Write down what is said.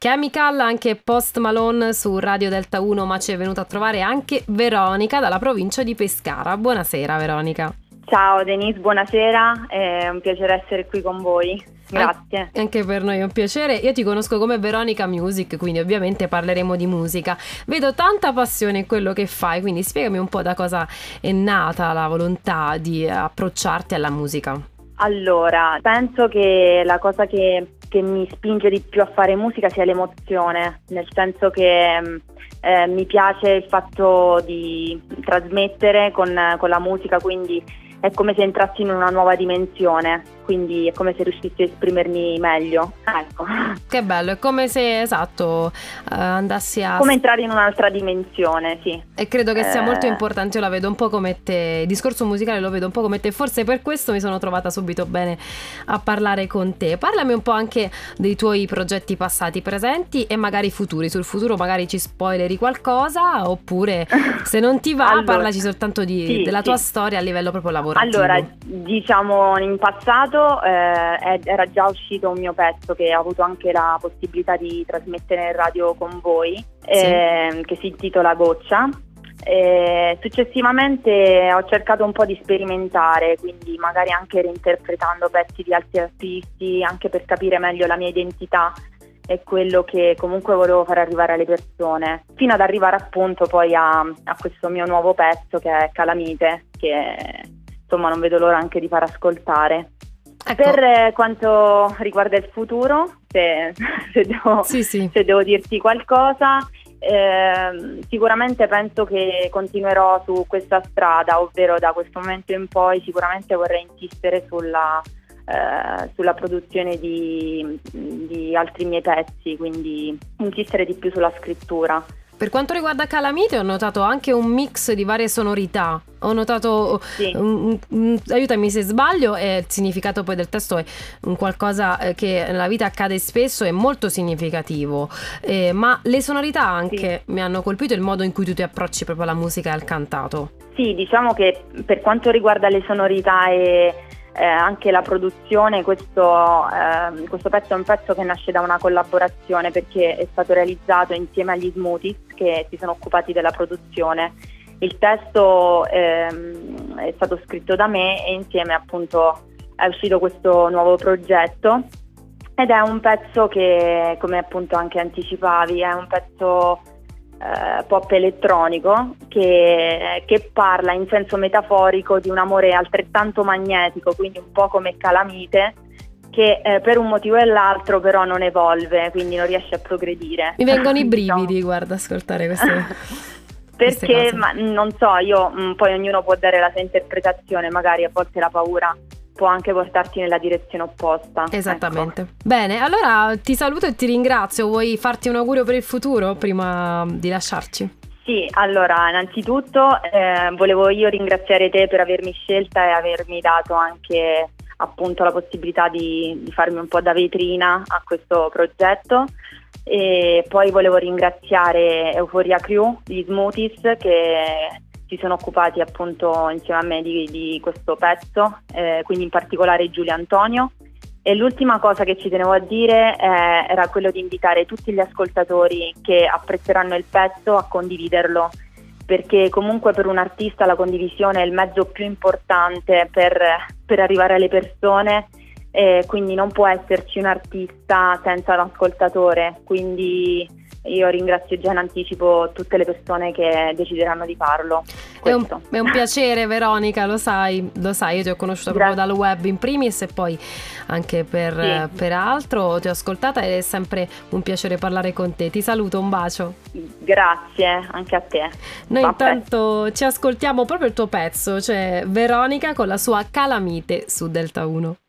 Chemical, anche Post Malone su Radio Delta 1, ma ci è venuta a trovare anche Veronica dalla provincia di Pescara. Buonasera Veronica. Ciao Denise, buonasera, è un piacere essere qui con voi, grazie. Anche per noi è un piacere. Io ti conosco come Veronica Music, quindi ovviamente parleremo di musica. Vedo tanta passione in quello che fai, quindi spiegami un po' da cosa è nata la volontà di approcciarti alla musica. Allora, penso che la cosa che mi spinge di più a fare musica sia l'emozione, nel senso che mi piace il fatto di trasmettere con la musica, quindi è come se entrassi in una nuova dimensione, quindi è come se riuscissi a esprimermi meglio, ecco. Che bello, è come se, esatto, andassi a... Come entrare in un'altra dimensione, sì. E credo che sia molto importante, io la vedo un po' come te, il discorso musicale lo vedo un po' come te, forse per questo mi sono trovata subito bene a parlare con te. Parlami un po' anche dei tuoi progetti passati, presenti e magari futuri. Sul futuro magari ci spoileri qualcosa, oppure se non ti va allora, parlaci soltanto della tua storia a livello proprio lavorativo. Allora, diciamo in passato era già uscito un mio pezzo che ho avuto anche la possibilità di trasmettere in radio con voi, che si intitola Goccia. Successivamente ho cercato un po' di sperimentare, quindi magari anche reinterpretando pezzi di altri artisti, anche per capire meglio la mia identità e quello che comunque volevo far arrivare alle persone, fino ad arrivare appunto poi a questo mio nuovo pezzo che è Calamite, che insomma non vedo l'ora anche di far ascoltare. Ecco. Per quanto riguarda il futuro, se devo dirti qualcosa, sicuramente penso che continuerò su questa strada, ovvero da questo momento in poi sicuramente vorrei insistere sulla produzione di altri miei pezzi, quindi insistere di più sulla scrittura. Per quanto riguarda Calamite ho notato anche un mix di varie sonorità. Ho notato, aiutami se sbaglio, il significato poi del testo è un qualcosa che nella vita accade spesso, è molto significativo, ma le sonorità anche mi hanno colpito, il modo in cui tu ti approcci proprio alla musica e al cantato. Sì, diciamo che per quanto riguarda le sonorità e anche la produzione, questo pezzo è un pezzo che nasce da una collaborazione, perché è stato realizzato insieme agli Smoothies che si sono occupati della produzione. Il testo è stato scritto da me e insieme appunto è uscito questo nuovo progetto, ed è un pezzo che, come appunto anche anticipavi, è un pezzo pop elettronico che parla in senso metaforico di un amore altrettanto magnetico, quindi un po' come Calamite, che per un motivo e l'altro però non evolve, quindi non riesce a progredire. Mi vengono i brividi, guarda, ascoltare queste perché non so, poi ognuno può dare la sua interpretazione, magari a volte la paura può anche portarti nella direzione opposta. Esattamente. Ecco. Bene, allora ti saluto e ti ringrazio. Vuoi farti un augurio per il futuro prima di lasciarci? Sì, allora innanzitutto volevo io ringraziare te per avermi scelta e avermi dato anche appunto la possibilità di farmi un po' da vetrina a questo progetto, e poi volevo ringraziare Euphoria Crew, gli Smoothies, che si sono occupati appunto insieme a me di questo pezzo, quindi in particolare Giulio Antonio. E l'ultima cosa che ci tenevo a dire era quello di invitare tutti gli ascoltatori che apprezzeranno il pezzo a condividerlo, perché comunque per un artista la condivisione è il mezzo più importante per arrivare alle persone, quindi non può esserci un artista senza l'ascoltatore, quindi io ringrazio già in anticipo tutte le persone che decideranno di farlo. È un piacere, Veronica, lo sai, io ti ho conosciuta proprio dal web in primis e poi anche per altro, ti ho ascoltata ed è sempre un piacere parlare con te. Ti saluto, un bacio. Grazie, anche a te. Noi intanto ci ascoltiamo proprio il tuo pezzo, cioè Veronica con la sua Calamite su Delta 1.